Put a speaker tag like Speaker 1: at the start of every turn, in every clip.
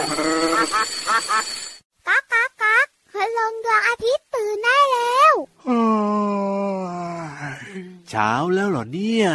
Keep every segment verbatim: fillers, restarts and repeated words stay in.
Speaker 1: ก๊ากก๊ากก๊ากพลังดวงอาทิตย์ตื่นได้แล้ว
Speaker 2: เช้าแล้วเหรอเนี่ย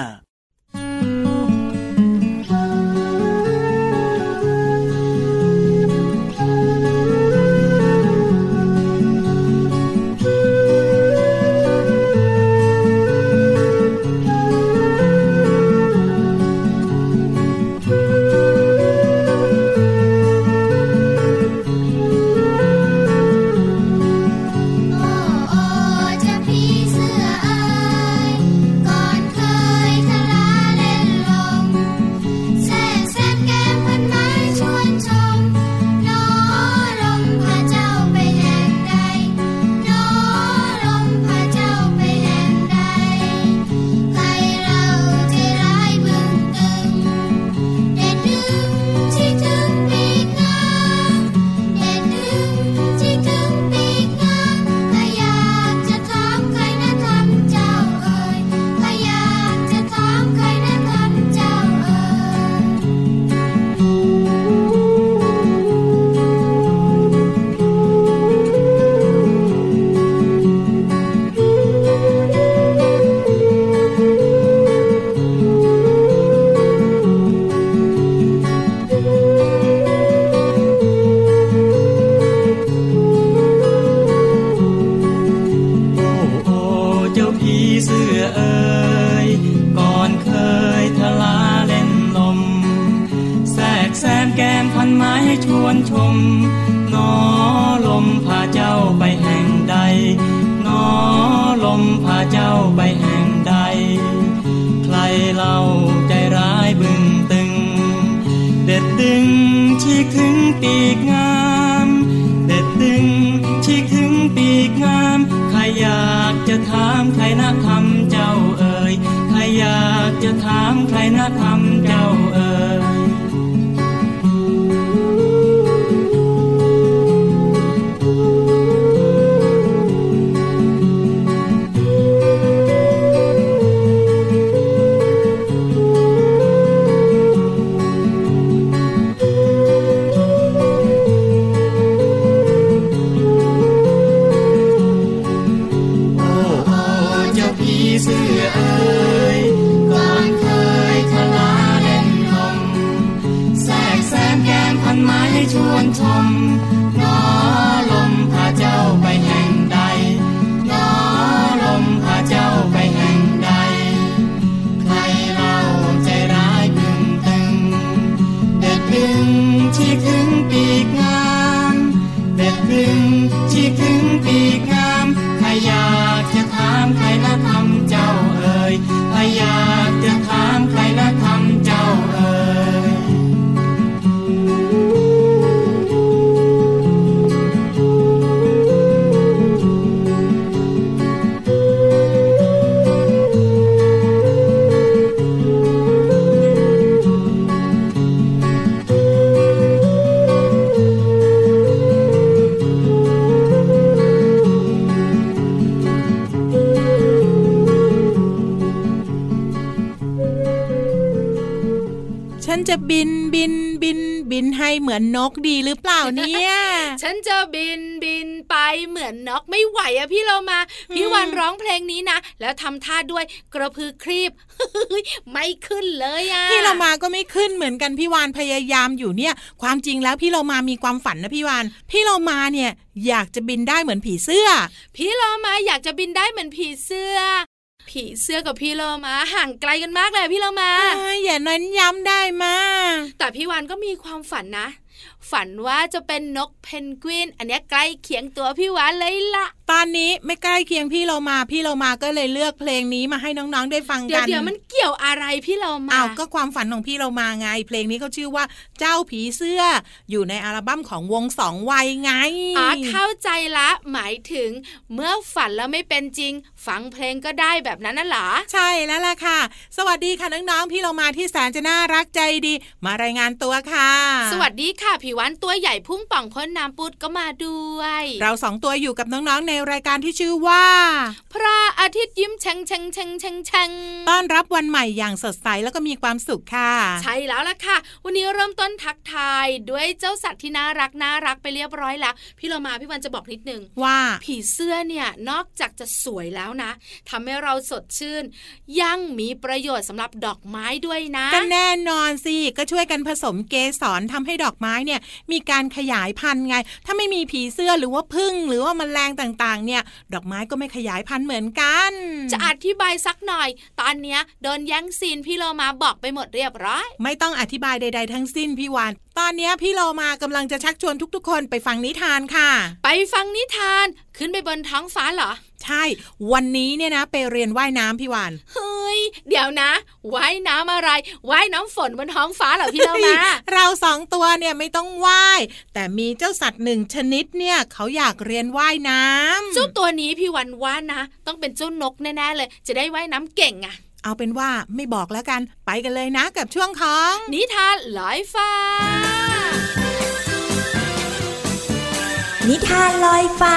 Speaker 3: จะบินบินบินบินให้เหมือนนกดีหรือเปล่าเนี่ย
Speaker 4: ฉันจะบินบินไปเหมือนนกไม่ไหวอะพี่เรามาพี่วันร้องเพลงนี้นะแล้วทำท่าด้วยกระพือครีบ ไม่ขึ้นเลยอะ
Speaker 3: พี่เรามาก็ไม่ขึ้นเหมือนกันพี่วานพยายามอยู่เนี่ยความจริงแล้วพี่เรามามีความฝันนะพี่วานพี่เรามาเนี่ยอยากจะบินได้เหมือนผีเสื้อ
Speaker 4: พี่เรามาอยากจะบินได้เหมือนผีเสื้อผีเสื้อกับพี่โลมาห่างไกลกันมากเลยพี่โลมา
Speaker 3: อย่าเน้นย้ำได้มา
Speaker 4: แต่พี่วานก็มีความฝันนะฝันว่าจะเป็นนกเพนกวินอันนี้ใกล้เคียงตัวพี่วานเลยล่ะ
Speaker 3: ตอนนี้ไม่ใกล้เคียงพี่โลมาพี่โลมาก็เลยเลือกเพลงนี้มาให้น้องๆได้ฟังกัน
Speaker 4: เดี๋ยวๆมันเกี่ยวอะไรพี่โลมา
Speaker 3: อ้าวก็ความฝันของพี่โลมาไงเพลงนี้เขาชื่อว่าเจ้าผีเสื้ออยู่ในอัลบั้มของวงสองวัยไง
Speaker 4: อ๋อเข้าใจละหมายถึงเมื่อฝันแล้วไม่เป็นจริงฟังเพลงก็ได้แบบนั้นน่ะเหรอ
Speaker 3: ใช่แล้วล่ะค่ะสวัสดีค่ะน้องๆพี่โลมาที่แสนจะน่ารักใจดีมารายงานตัวค่ะ
Speaker 4: สวัสดีค่ะค่ะพี่วันตัวใหญ่พุ่งป่องพ้นน้ำปุดก็มาด้วย
Speaker 3: เราสองตัวอยู่กับน้องๆในรายการที่ชื่อว่า
Speaker 4: พระอาทิตย์ยิ้มแฉ่งแฉ่งแฉ่งแฉ่งแฉ่ง
Speaker 3: ต้อนรับวันใหม่อย่างสดใสแล้วก็มีความสุขค่ะ
Speaker 4: ใช่แล้วล่ะค่ะวันนี้เริ่มต้นทักทายด้วยเจ้าสัตว์ที่น่ารักน่ารักไปเรียบร้อยแล้วพี่เรามาพี่วันจะบอกนิดนึง
Speaker 3: ว่า
Speaker 4: ผีเสื้อเนี่ยนอกจากจะสวยแล้วนะทำให้เราสดชื่นยังมีประโยชน์สำหรับดอกไม้ด้วยนะ
Speaker 3: ก็แน่นอนสิก็ช่วยกันผสมเกสรทำให้ดอกไม้เนี่ยมีการขยายพันธุ์ไงถ้าไม่มีผีเสื้อหรือว่าผึ้งหรือว่าแมลงต่างๆเนี่ยดอกไม้ก็ไม่ขยายพันธุ์เหมือนกัน
Speaker 4: จะอธิบายสักหน่อยตอนเนี้ยโดนแย่งซีนพี่โลมาบอกไปหมดเรียบร้อย
Speaker 3: ไม่ต้องอธิบายใดๆทั้งสิ้นพี่วานตอนนี้พี่โลมากำลังจะชักชวนทุกๆคนไปฟังนิทานค่ะ
Speaker 4: ไปฟังนิทานขึ้นไปบนท้องฟ้าเหรอ
Speaker 3: ใช่วันนี้เนี่ยนะไปเรียนว่ายน้ำพี่วาน
Speaker 4: เฮ้ยเดี๋ยวนะว่ายน้ำอะไรว่ายน้ำฝนบนท้องฟ้าเหรอพี่โลมา
Speaker 3: เราสองตัวเนี่ยไม่ต้องว่ายแต่มีเจ้าสัตว์หนึ่งชนิดเนี่ยเขาอยากเรียนว่ายน้ำ
Speaker 4: เจ้าตัวนี้พี่วันว่านะต้องเป็นเจ้านกแน่ๆเลยจะได้ว่ายน้ำเก่งอะ
Speaker 3: เอาเป็นว่าไม่บอกแล้วกันไปกันเลยนะกับช่วงของ
Speaker 4: นิทานลอยฟ้า
Speaker 1: นิทานลอยฟ้า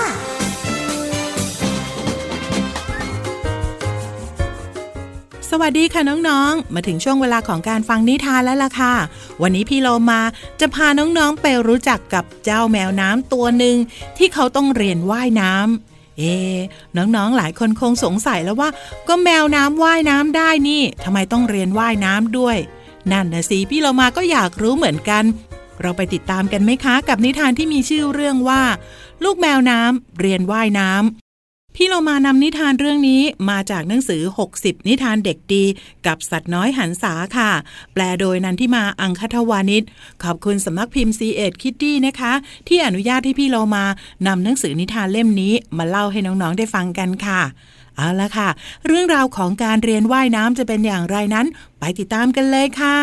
Speaker 3: สวัสดีค่ะน้องๆมาถึงช่วงเวลาของการฟังนิทานแล้วล่ะค่ะวันนี้พี่โลมาจะพาน้องๆไปรู้จักกับเจ้าแมวน้ำตัวหนึ่งที่เขาต้องเรียนว่ายน้ำเอ๊น้องๆหลายคนคงสงสัยแล้วว่าก็แมวน้ำว่ายน้ำได้นี่ทำไมต้องเรียนว่ายน้ำด้วยนั่นนะสิพี่โลมาก็อยากรู้เหมือนกันเราไปติดตามกันไหมคะกับนิทานที่มีชื่อเรื่องว่าลูกแมวน้ำเรียนว่ายน้ำพี่เรามานำนิทานเรื่องนี้มาจากหนังสือหกสิบนิทานเด็กดีกับสัตว์น้อยหันษาค่ะแปลโดยนันทิมาอังคทวานิชขอบคุณสำนักพิมพ์ ซี เอ็ด Kitty นะคะที่อนุญาตให้พี่เรามานำหนังสือนิทานเล่มนี้มาเล่าให้น้องๆได้ฟังกันค่ะเอาละค่ะเรื่องราวของการเรียนว่ายน้ำจะเป็นอย่างไรนั้นไปติดตามกันเลยค่ะ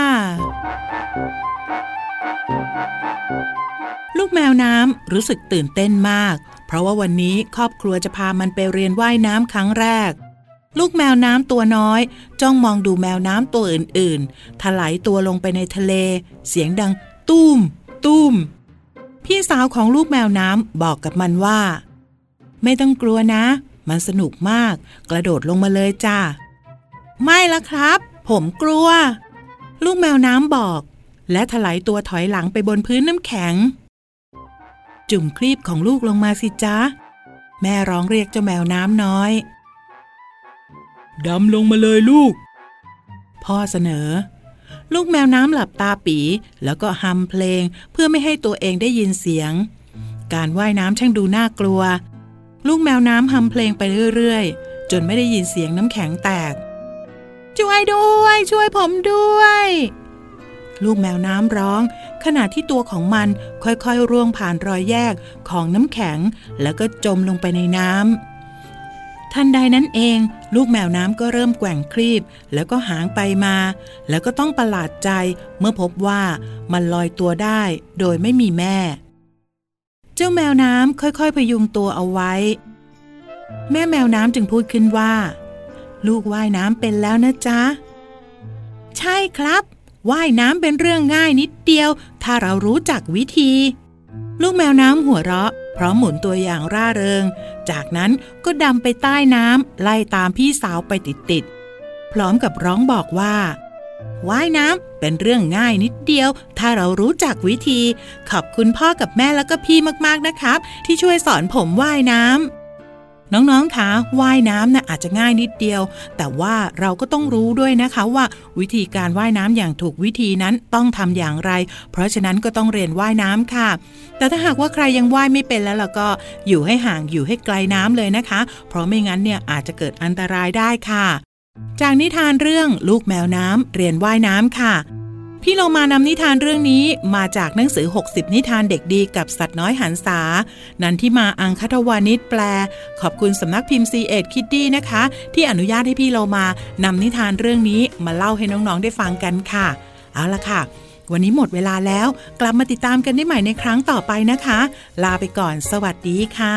Speaker 3: ลูกแมวน้ำรู้สึกตื่นเต้นมากเพราะว่าวันนี้ครอบครัวจะพามันไปเรียนว่ายน้ำครั้งแรกลูกแมวน้ำตัวน้อยจ้องมองดูแมวน้ำตัวอื่นๆถลายตัวลงไปในทะเลเสียงดังตุ้มตุ้มพี่สาวของลูกแมวน้ำบอกกับมันว่าไม่ต้องกลัวนะมันสนุกมากกระโดดลงมาเลยจ้าไม่ละครับผมกลัวลูกแมวน้ำบอกและถลายตัวถอยหลังไปบนพื้นน้ำแข็งจุ่มคลีบของลูกลงมาสิจ๊ะแม่ร้องเรียกเจ้าแมวน้ำน้อยดำลงมาเลยลูกพ่อเสนอลูกแมวน้ำหลับตาปีแล้วก็ฮัมเพลงเพื่อไม่ให้ตัวเองได้ยินเสียงการว่ายน้ำช่างดูน่ากลัวลูกแมวน้ำฮัมเพลงไปเรื่อยๆจนไม่ได้ยินเสียงน้ำแข็งแตกช่วยด้วยช่วยผมด้วยลูกแมวน้ำร้องขณะที่ตัวของมันค่อยๆร่วงผ่านรอยแยกของน้ำแข็งแล้วก็จมลงไปในน้ำทันใดนั้นเองลูกแมวน้ำก็เริ่มแกว่งคลีบแล้วก็หางไปมาแล้วก็ต้องประหลาดใจเมื่อพบว่ามันลอยตัวได้โดยไม่มีแม่เจ้าแมวน้ำค่อยๆพยุงตัวเอาไว้แม่แมวน้ำจึงพูดขึ้นว่าลูกว่ายน้ำเป็นแล้วนะจ๊ะใช่ครับว่ายน้ำเป็นเรื่องง่ายนิดเดียวถ้าเรารู้จักวิธีลูกแมวน้ำหัวเราะพร้อมหมุนตัวอย่างร่าเริงจากนั้นก็ดำไปใต้น้ำไล่ตามพี่สาวไปติดๆพร้อมกับร้องบอกว่าว่ายน้ำเป็นเรื่องง่ายนิดเดียวถ้าเรารู้จักวิธีขอบคุณพ่อกับแม่แล้วก็พี่มากๆนะครับที่ช่วยสอนผมว่ายน้ำน้องๆคะว่ายน้ำน่ะอาจจะง่ายนิดเดียวแต่ว่าเราก็ต้องรู้ด้วยนะคะว่าวิธีการว่ายน้ำอย่างถูกวิธีนั้นต้องทำอย่างไรเพราะฉะนั้นก็ต้องเรียนว่ายน้ำค่ะแต่ถ้าหากว่าใครยังว่ายไม่เป็นแล้วล่ะก็อยู่ให้ห่างอยู่ให้ไกลน้ำเลยนะคะเพราะไม่งั้นเนี่ยอาจจะเกิดอันตรายได้ค่ะจากนิทานเรื่องลูกแมวน้ำเรียนว่ายน้ำค่ะพี่โลมานำนิทานเรื่องนี้มาจากหนังสือหกสิบนิทานเด็กดีกับสัตว์น้อยหันษานันทิมาอังคทวานิชแปลขอบคุณสำนักพิมพ์ ซี เอ็ด Kitty นะคะที่อนุญาตให้พี่โลมานำนิทานเรื่องนี้มาเล่าให้น้องๆได้ฟังกันค่ะเอาล่ะค่ะวันนี้หมดเวลาแล้วกลับมาติดตามกันได้ใหม่ในครั้งต่อไปนะคะลาไปก่อนสวัสดีค่ะ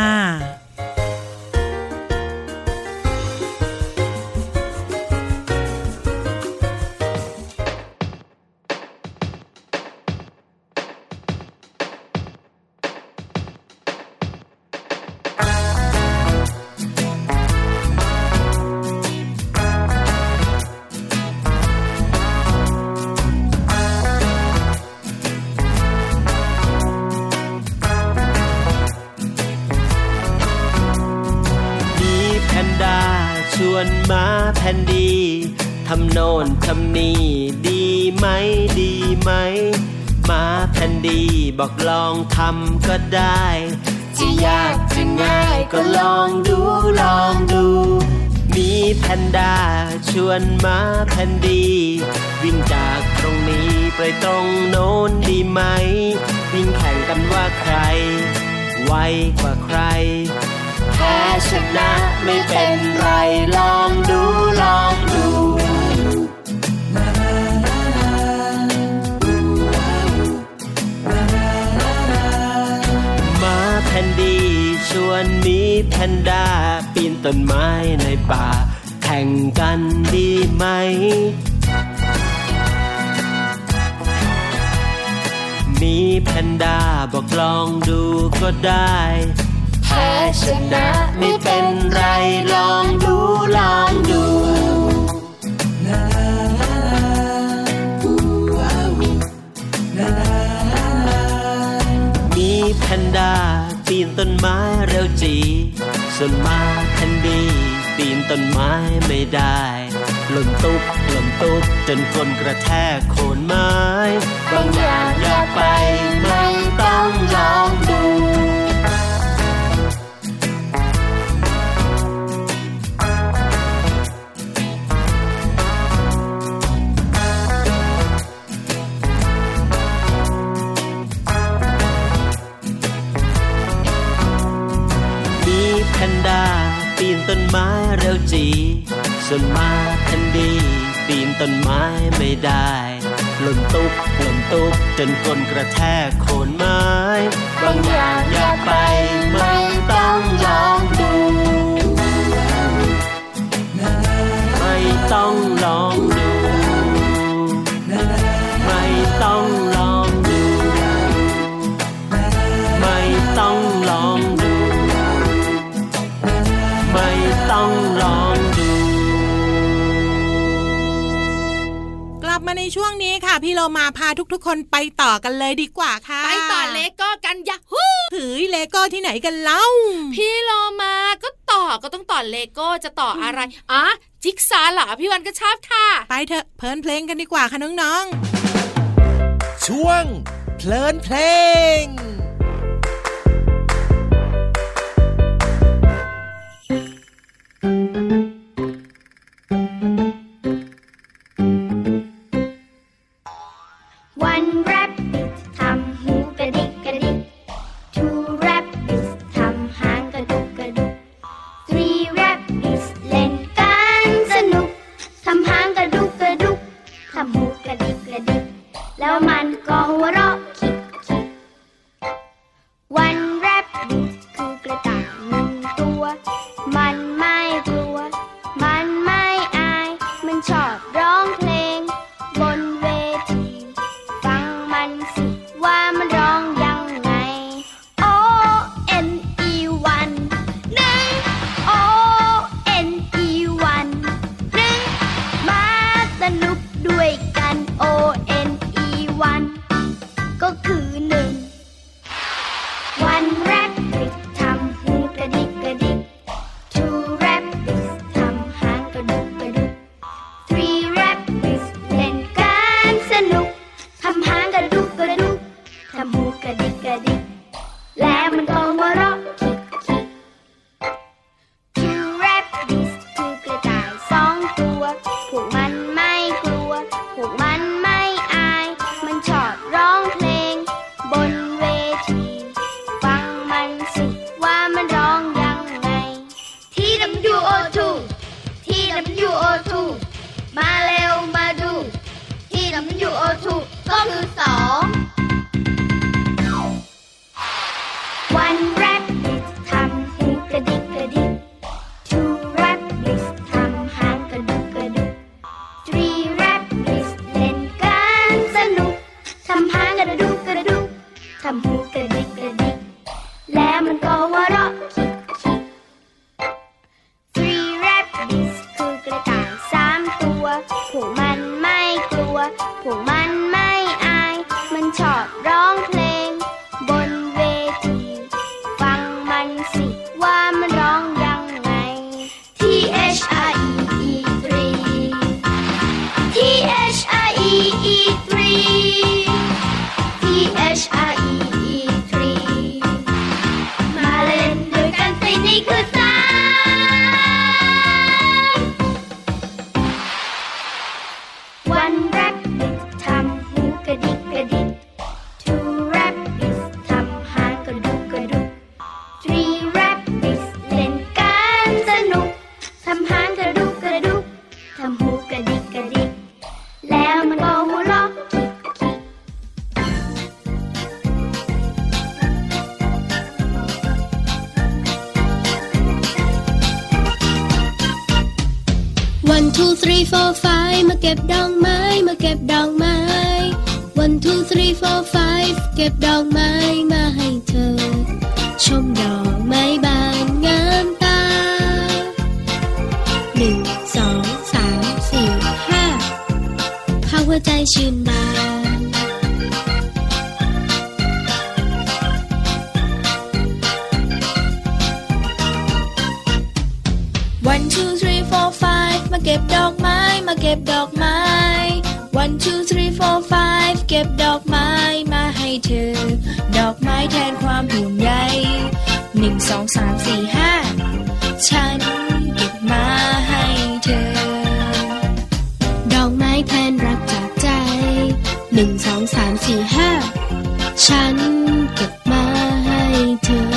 Speaker 5: วนมาแผ่นดีทำโน่นทำนี่ดีไหมดีไหมมาแผ่นดีบอกลองทำก็ได้จะยากจะง่ายก็ลองดูลองดูมีแพนด้าชวนมาแผ่นดีวิ่งจากตรงนี้ไปตรงโน้นดีไหมวิ่งแข่งกันว่าใครไวกว่าใครแพ้ชนะไม่เป็นไรลองดูลองดูมาแผ่นดีชวนมีแพนด้าปีนต้นไม้ในป่าแข่งกันดีไหมมีแพนด้าบอกลองดูก็ได้แพ้ชนะไม่เป็นไรลองดูลองดูมีแพนด้าปีนต้นไม้เร็วจีส่วนม้าแผ่นดีปีนต้นไม้ไม่ได้หล่นตุ๊บหล่นตุ๊บจนก้นกระแทกโคนไม้บางอย่างอยากไปไม่ต้องลองดูแพนด้าปีนต้นไม้เร็วจีส่วนม้าแผ่นดีปีนต้นไม้ไม่ได้หล่นตุ๊บหล่นตุ๊บจนก้นกระแทกโคนไม้บางอย่างอยากไปไม่ต้องลองดูไม่ต้องลองดูไม่ต้องลองดูไม่ต้องลองดูไม่ต้องลองดู
Speaker 3: กลับมาในช่วงนี้ค่ะพี่โลมาพาทุกๆคนไปต่อกันเลยดีกว่าค่ะ
Speaker 4: ไปต่อเลโก้กันยะฮู้
Speaker 3: ถือเลโก้ที่ไหนกันเล่า
Speaker 4: พี่โลมาก็ต่อก็ต้องต่อเลโก้จะต่ออะไรอ๋อจิ๊กซอว์เหรอพี่วันก็ชอบค่ะ
Speaker 3: ไปเถอะเพลินเพลงกันดีกว่าค่ะน้อง
Speaker 6: ๆช่วงเพลินเพลง
Speaker 1: T H I E
Speaker 7: three four five มาเก็บดอกไม้มาเก็บดอกไม้ one two three four five เก็บดอกไม้มาให้เธอชมดอกไม้บานงามตาหนึ่งสองสามสี่ห้าพาหัวใจชื่นบานone two three four five มาเก็บดอกไม้มาเก็บดอกไม้ one two three four five เก็บดอกไม้มาให้เธอดอกไม้แทนความห่วงใยหนึ่งสองสามสี่ห้าฉันเก็บมาให้เธอดอกไม้แทนรักจากใจหนึ่งสองสามสี่ห้าฉันเก็บมาให้เธอ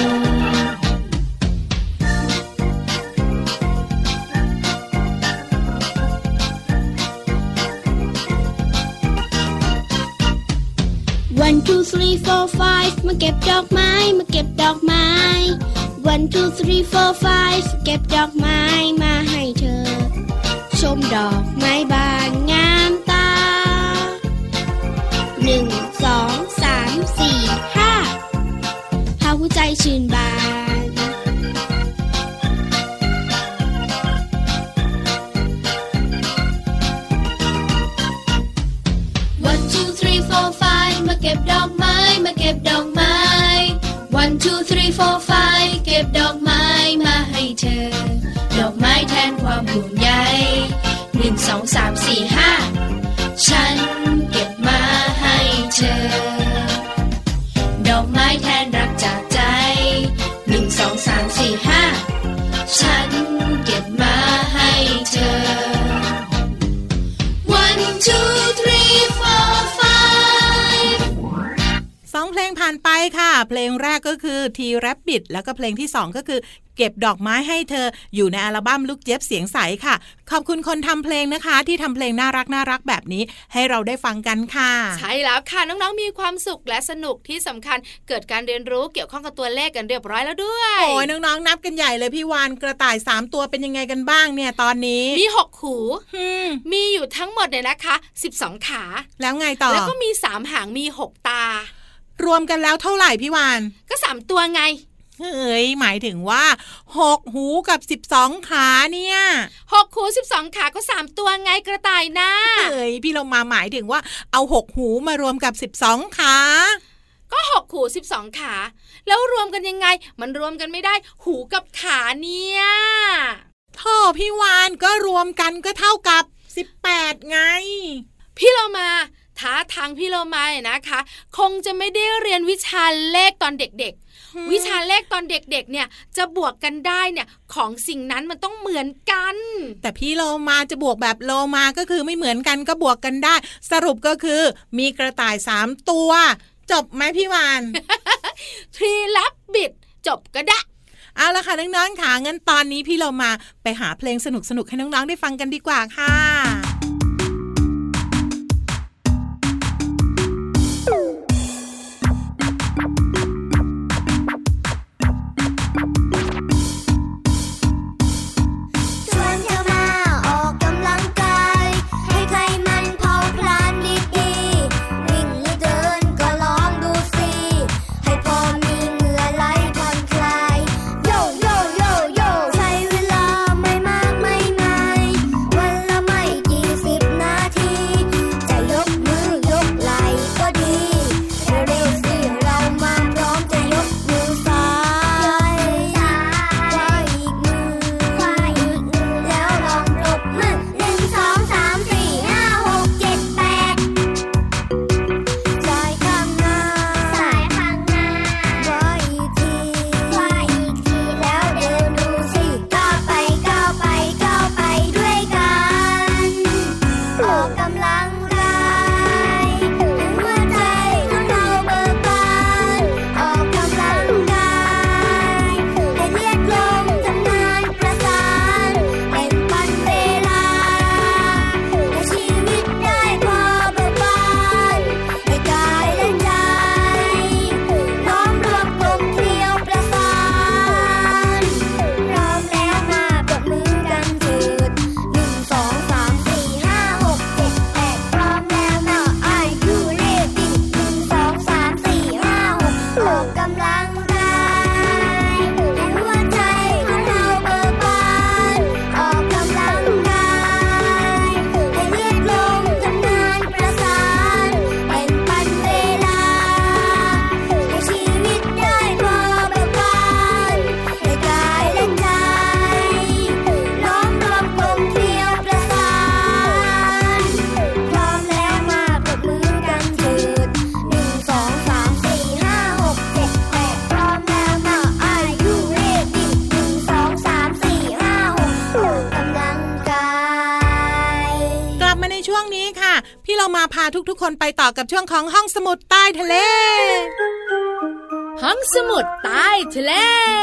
Speaker 7: one two three four five มาเก็บดอกไม้มาเก็บดอกไม้ one two three four five เก็บดอกไม้มาให้เธอชมดอกไม้บานงามตาหนึ่งสองสามสี่ห้าพาหัวใจชื่นบานมาเก็บดอกไม้มาเก็บดอกไม้ one two three four five เก็บดอกไม้มาให้เธอดอกไม้แทนความห่วงใยหนึ่งสองสามสี่ห้าฉันเก็บมาให้เธอดอกไม้แทนรักจากใจหนึ่งสองสามสี่ห้าฉันเก็บมาให้เธอ one two three four five
Speaker 3: สองเพลงผ่านไปค่ะเพลงแรกก็คือ T-Rabbit แล้วก็เพลงที่สองก็คือเก็บดอกไม้ให้เธออยู่ในอัลบั้มลูกเจี๊ยบเสียงใสค่ะขอบคุณคนทำเพลงนะคะที่ทำเพลงน่ารักน่ารักแบบนี้ให้เราได้ฟังกันค่ะ
Speaker 4: ใช่แล้วค่ะน้องๆมีความสุขและสนุกที่สำคัญเกิดการเรียนรู้เกี่ยวข้องกับตัวเลขกันเรียบร้อยแล้วด้วย
Speaker 3: โอ้ยน้องๆนับกันใหญ่เลยพี่วานกระต่ายสามตัวเป็นยังไงกันบ้างเนี่ยตอนนี้
Speaker 4: มีหกหูมีอยู่ทั้งหมดเนี่ยนะคะสิบสองขา
Speaker 3: แล้วไงต่อ
Speaker 4: แล้วก็มีสามหางมีหกตาร
Speaker 3: วมกันแล้วเท่าไหร่พี่วาน
Speaker 4: ก็สามตัวไง
Speaker 3: เฮ้ยหมายถึงว่าหกหูกับสิบสองขาเนี่ย
Speaker 4: หกหูสิบสองขาก็สามตัวไงกระต่ายนะ
Speaker 3: เฮ้ยพี่เรามาหมายถึงว่าเอาหกหูมารวมกับสิบสองขา
Speaker 4: ก็หกหูสิบสองขาแล้วรวมกันยังไงมันรวมกันไม่ได้หูกับขาเนี่ย
Speaker 3: โธ่พี่วานก็รวมกันก็เท่ากับสิบแปดไง
Speaker 4: พี่เรามาท้าทางพี่โลมานะคะคงจะไม่ได้เรียนวิชาเลขตอนเด็กๆวิชาเลขตอนเด็กๆเนี่ยจะบวกกันได้เนี่ยของสิ่งนั้นมันต้องเหมือนกัน
Speaker 3: แต่พี่โลมาจะบวกแบบโลมาก็คือไม่เหมือนกันก็บวกกันได้สรุปก็คือมีกระต่ายสามตัวจบไหมพี่วาน
Speaker 4: T-Rabbit จบก็ได้
Speaker 3: เอาละค่ะน้องๆค่ะงั้นตอนนี้พี่โลมาไปหาเพลงสนุกๆให้น้องๆได้ฟังกันดีกว่าค่ะ
Speaker 1: ก
Speaker 3: มาพาทุกๆคนไปต่อกับช่วงของห้องสมุดใต้ทะเล
Speaker 4: ห้องสมุดใต้ทะเล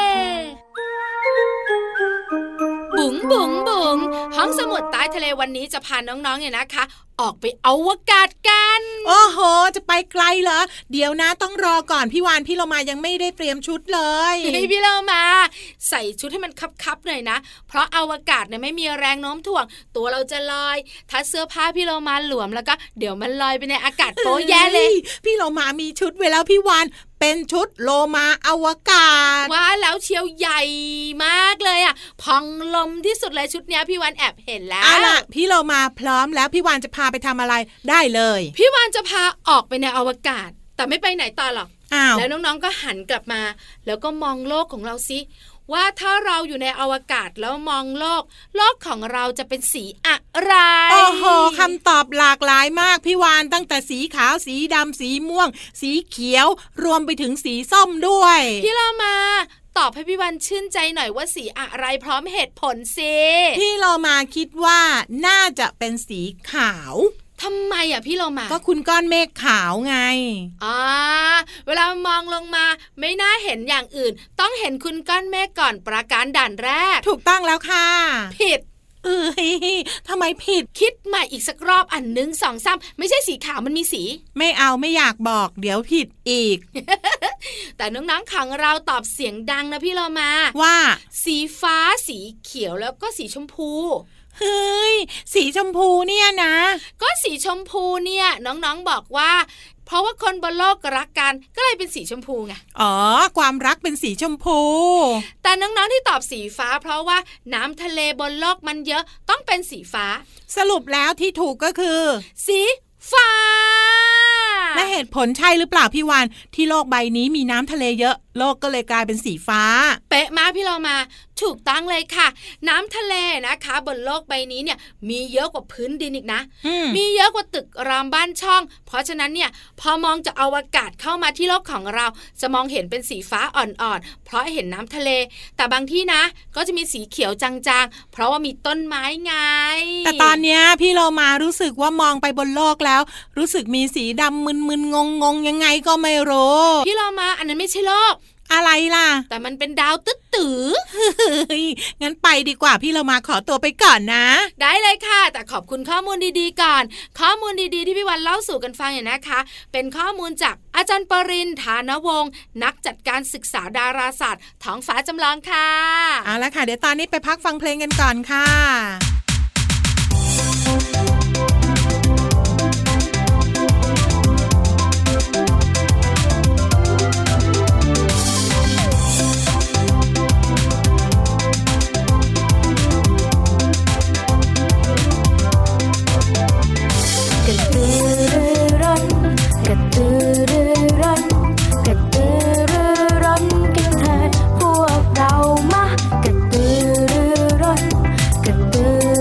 Speaker 4: บุ๋งบุ๋งบุ๋งห้องสมุดใต้ทะเลวันนี้จะพาน้องๆเนี่ยนะคะออกไปอวกาศกัน
Speaker 3: โอ้โหจะไปไกลเหรอเดี๋ยวนะต้องรอก่อนพี่วานพี่เรามายังไม่ได้เตรียมชุดเลย
Speaker 4: พี่พี่เรามาใส่ชุดให้มันคับๆหน่อยนะเพราะอวกาศเนี่ยไม่มีแรงโน้มถ่วงตัวเราจะลอยถ้าเสื้อผ้าพี่เรามาหลวมแล้วก็เดี๋ยวมันลอยไปในอากาศโป๊ะแย่เลย
Speaker 3: พี่เรามามีชุดไว้แล้วพี่วานเป็นชุดโลมาอวกาศ
Speaker 4: ว้าแล้วเชียวใหญ่มากเลยอ่ะพองลมที่สุดเลยชุดเนี้ยพี่วานแอบเห็นแล้ว
Speaker 3: เอาล่ะพี่เรามาพร้อมแล้วพี่วานจะพาไปทำอะไรได้เลย
Speaker 4: พี่วานจะพาออกไปในอวกาศแต่ไม่ไปไหนต่อหรอกแล้วน้องๆก็หันกลับมาแล้วก็มองโลกของเราสิว่าถ้าเราอยู่ในอวกาศแล้วมองโลกโลกของเราจะเป็นสีอะไร
Speaker 3: โอ้โหคำตอบหลากหลายมากพี่วานตั้งแต่สีขาวสีดำสีม่วงสีเขียวรวมไปถึงสีส้มด้วย
Speaker 4: พี่เรามาตอบให้พี่วันชื่นใจหน่อยว่าสีอะไรพร้อมเหตุผลสิ
Speaker 3: พี่เรามาคิดว่าน่าจะเป็นสีขาว
Speaker 4: ทำไมอ่ะพี่เรามา
Speaker 3: ก็คุณก้อนเมฆขาวไง
Speaker 4: อ๋อเวลามองลงมาไม่น่าเห็นอย่างอื่นต้องเห็นคุณก้อนเมฆก่อนประการด่านแรก
Speaker 3: ถูกต้องแล้วค่ะ
Speaker 4: ผิด
Speaker 3: เออทำไมผิด
Speaker 4: คิดใหม่อีกสักรอบอันหนึ่งสองสามไม่ใช่สีขาวมันมีสี
Speaker 3: ไม่เอาไม่อยากบอกเดี๋ยวผิดอีก
Speaker 4: แต่น้องๆของเราตอบเสียงดังนะพี่เรามา
Speaker 3: ว่า
Speaker 4: สีฟ้าสีเขียวแล้วก็สีชมพู
Speaker 3: เฮ้ยสีชมพูเนี่ยนะ
Speaker 4: ก็สีชมพูเนี่ยน้องๆบอกว่าเพราะว่าคนบนโลกรักกันก็เลยเป็นสีชมพูไง
Speaker 3: อ๋อความรักเป็นสีชมพู
Speaker 4: แต่น้องๆที่ตอบสีฟ้าเพราะว่าน้ำทะเลบนโลกมันเยอะต้องเป็นสีฟ้า
Speaker 3: สรุปแล้วที่ถูกก็คือ
Speaker 4: สีฟ้า
Speaker 3: และเหตุผลใช่หรือเปล่าพี่วานที่โลกใบนี้มีน้ำทะเลเยอะโลกก็เลยกลายเป็นสีฟ้า
Speaker 4: เป๊ะมากพี่เรามาถูกต้องเลยค่ะน้ำทะเลนะคะบนโลกใบนี้เนี่ยมีเยอะกว่าพื้นดินอีกนะมมีเยอะกว่าตึกรามบ้านช่องเพราะฉะนั้นเนี่ยพอมองจากอวกาศเข้ามาที่โลกของเราจะมองเห็นเป็นสีฟ้าอ่อนๆเพราะเห็นน้ำทะเลแต่บางที่นะก็จะมีสีเขียวจางๆเพราะว่ามีต้นไม้ไง
Speaker 3: แต่ตอนเนี้ยพี่เรามารู้สึกว่ามองไปบนโลกแล้วรู้สึกมีสีดำมึนๆงงๆยังไงก็ไม่รู้
Speaker 4: พี่เรามาอันนั้นไม่ใช่โลก
Speaker 3: อะไรล่ะ
Speaker 4: แต่มันเป็นดาวตึ๊ดตื้อ
Speaker 3: งั้นไปดีกว่าพี่เรามาขอตัวไปก่อนนะ
Speaker 4: ได้เลยค่ะแต่ขอบคุณข้อมูลดีๆก่อนข้อมูลดีๆที่พี่วันเล่าสู่กันฟังเนี่ยนะคะเป็นข้อมูลจากอาจารย์ปรินทร์ ฐานวงศ์นักจัดการศึกษาดาราศาสตร์ท้องฟ้าจำลองค่ะ
Speaker 3: เอาละค่ะเดี๋ยวตอนนี้ไปพักฟังเพลงกันก่อนค่ะ
Speaker 8: กระตือ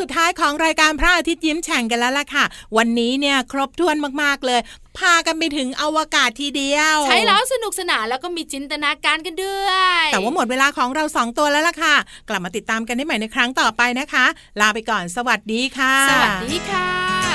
Speaker 3: สุดท้ายของรายการพระอาทิตย์ยิ้มแฉ่งกันแล้วล่ะค่ะวันนี้เนี่ยครบถ้วนมากๆเลยพากันไปถึงอวกาศทีเดียว
Speaker 4: ใช่แล้วสนุกสนานแล้วก็มีจินตนาการกันด้วย
Speaker 3: แต่ว่าหมดเวลาของเราสองตัวแล้วล่ะค่ะกลับมาติดตามกันได้ใหม่ในครั้งต่อไปนะคะลาไปก่อนสวัสดีค่ะ
Speaker 4: สวัสดีค่ะ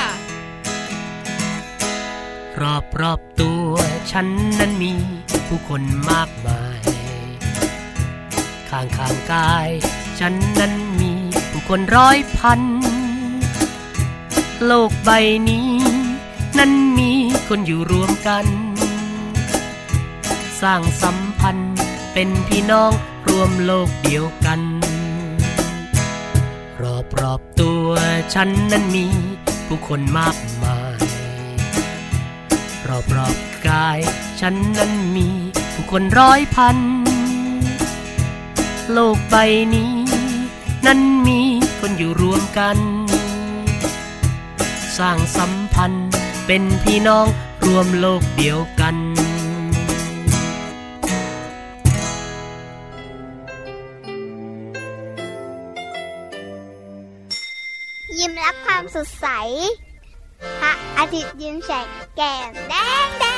Speaker 5: รอบรอบตัวฉันนั้นมีผู้คนมากมายข้างข้างกายฉันนั้นมีผู้คนร้อยพันโลกใบนี้นั้นมีคนอยู่รวมกันสร้างสัมพันธ์เป็นพี่น้องรวมโลกเดียวกันรอบรอบตัวฉันนั้นมีผู้คนมากมายรอบรอบกายฉันนั้นมีผู้คนร้อยพันโลกใบนี้นั้นมีคนอยู่รวมกันสร้างสัมพันธ์เป็นพี่น้องรวมโลกเดียวกัน
Speaker 1: ยิ้มรับความสดใสพระอาทิตย์ยิ้มแฉกแก้มแดงแด